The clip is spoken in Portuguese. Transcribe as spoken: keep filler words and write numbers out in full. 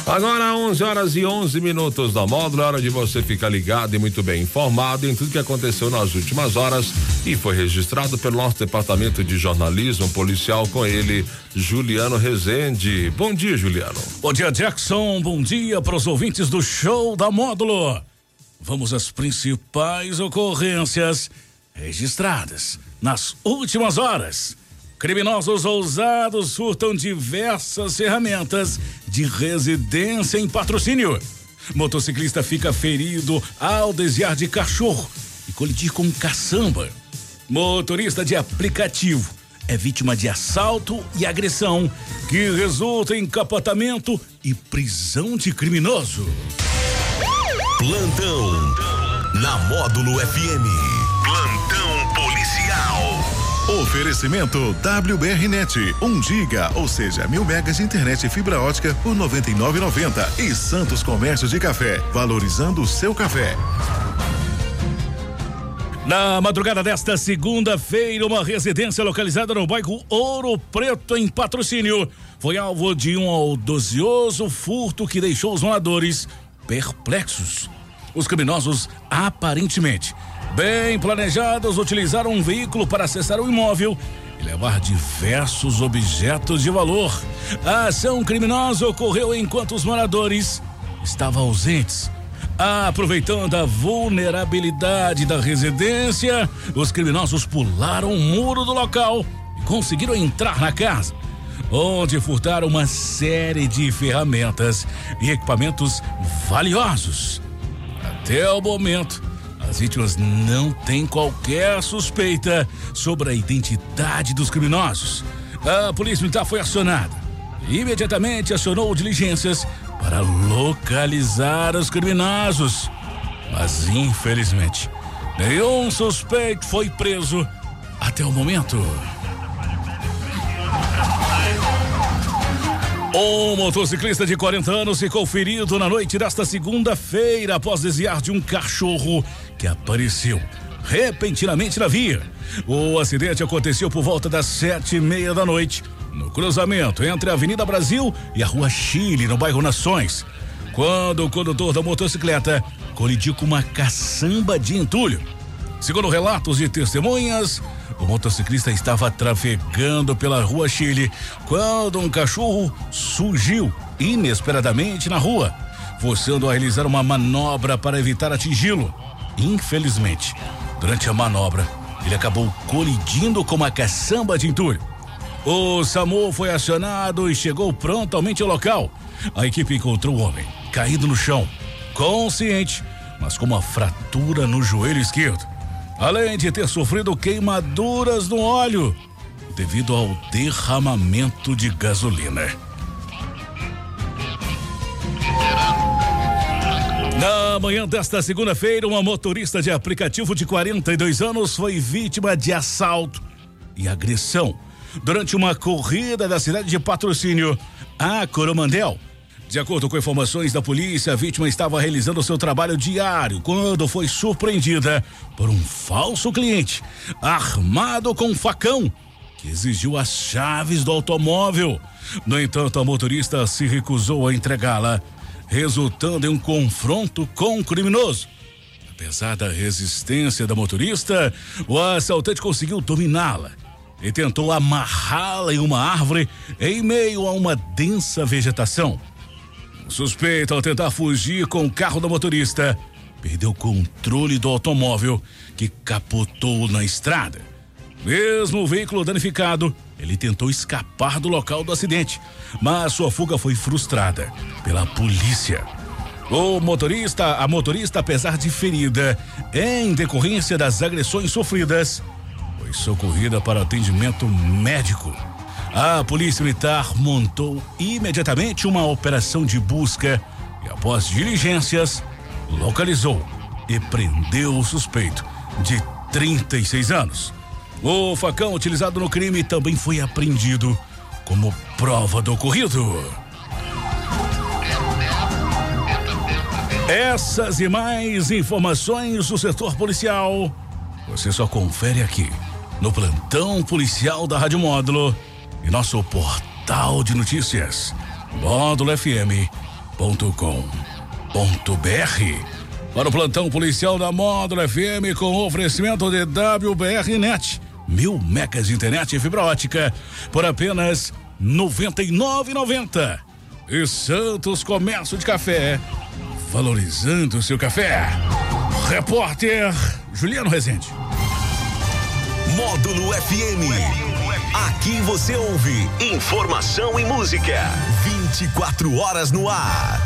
Agora onze horas e onze minutos da Módulo, é hora de você ficar ligado e muito bem informado em tudo que aconteceu nas últimas horas e foi registrado pelo nosso departamento de jornalismo policial, com ele, Juliano Rezende. Bom dia, Juliano. Bom dia, Jackson. Bom dia para os ouvintes do Show da Módulo. Vamos às principais ocorrências registradas nas últimas horas. Criminosos ousados furtam diversas ferramentas de residência em Patrocínio. Motociclista fica ferido ao desviar de cachorro e colidir com caçamba. Motorista de aplicativo é vítima de assalto e agressão que resulta em capotamento e prisão de criminoso. Plantão na Módulo F M. Plantão policial. Oferecimento W B R Net, um giga, ou seja, mil megas de internet e fibra ótica por noventa e nove reais e noventa centavos. E Santos Comércio de Café, valorizando o seu café. Na madrugada desta segunda-feira, uma residência localizada no bairro Ouro Preto, em Patrocínio, foi alvo de um audacioso furto que deixou os moradores perplexos. Os criminosos, aparentemente bem planejados, utilizaram um veículo para acessar o imóvel e levar diversos objetos de valor. A ação criminosa ocorreu enquanto os moradores estavam ausentes. Aproveitando a vulnerabilidade da residência, os criminosos pularam o muro do local e conseguiram entrar na casa, onde furtaram uma série de ferramentas e equipamentos valiosos. Até o momento, as vítimas não têm qualquer suspeita sobre a identidade dos criminosos. A polícia militar foi acionada e imediatamente acionou diligências para localizar os criminosos. Mas, infelizmente, nenhum suspeito foi preso até o momento. Um motociclista de quarenta anos ficou ferido na noite desta segunda-feira após desviar de um cachorro que apareceu repentinamente na via. O acidente aconteceu por volta das sete e meia da noite, no cruzamento entre a Avenida Brasil e a Rua Chile, no bairro Nações, quando o condutor da motocicleta colidiu com uma caçamba de entulho. Segundo relatos de testemunhas, o motociclista estava trafegando pela Rua Chile quando um cachorro surgiu inesperadamente na rua, forçando a realizar uma manobra para evitar atingi-lo. Infelizmente, durante a manobra, ele acabou colidindo com uma caçamba de entulho. O SAMU foi acionado e chegou prontamente ao local. A equipe encontrou o homem caído no chão, consciente, mas com uma fratura no joelho esquerdo, além de ter sofrido queimaduras no óleo devido ao derramamento de gasolina. Na manhã desta segunda-feira, uma motorista de aplicativo de quarenta e dois anos foi vítima de assalto e agressão durante uma corrida da cidade de Patrocínio a Coromandel. De acordo com informações da polícia, a vítima estava realizando seu trabalho diário quando foi surpreendida por um falso cliente armado com um facão que exigiu as chaves do automóvel. No entanto, a motorista se recusou a entregá-la, resultando em um confronto com o criminoso. Apesar da resistência da motorista, o assaltante conseguiu dominá-la e tentou amarrá-la em uma árvore em meio a uma densa vegetação. O suspeito, ao tentar fugir com o carro da motorista, perdeu o controle do automóvel, que capotou na estrada. Mesmo o veículo danificado, ele tentou escapar do local do acidente, mas sua fuga foi frustrada pela polícia. O motorista, a motorista, apesar de ferida em decorrência das agressões sofridas, foi socorrida para atendimento médico. A polícia militar montou imediatamente uma operação de busca e, após diligências, localizou e prendeu o suspeito, de trinta e seis anos. O facão utilizado no crime também foi apreendido como prova do ocorrido. Essas e mais informações do setor policial você só confere aqui no Plantão Policial da Rádio Módulo e nosso portal de notícias módulo f m ponto com ponto br. Para o plantão policial da Módulo F M com oferecimento de W B R Net. Mil megas de internet e fibra ótica por apenas noventa e nove reais e noventa centavos. E Santos Comércio de Café, valorizando o seu café. Repórter Juliano Rezende. Módulo F M. Aqui você ouve informação e música. vinte e quatro horas no ar.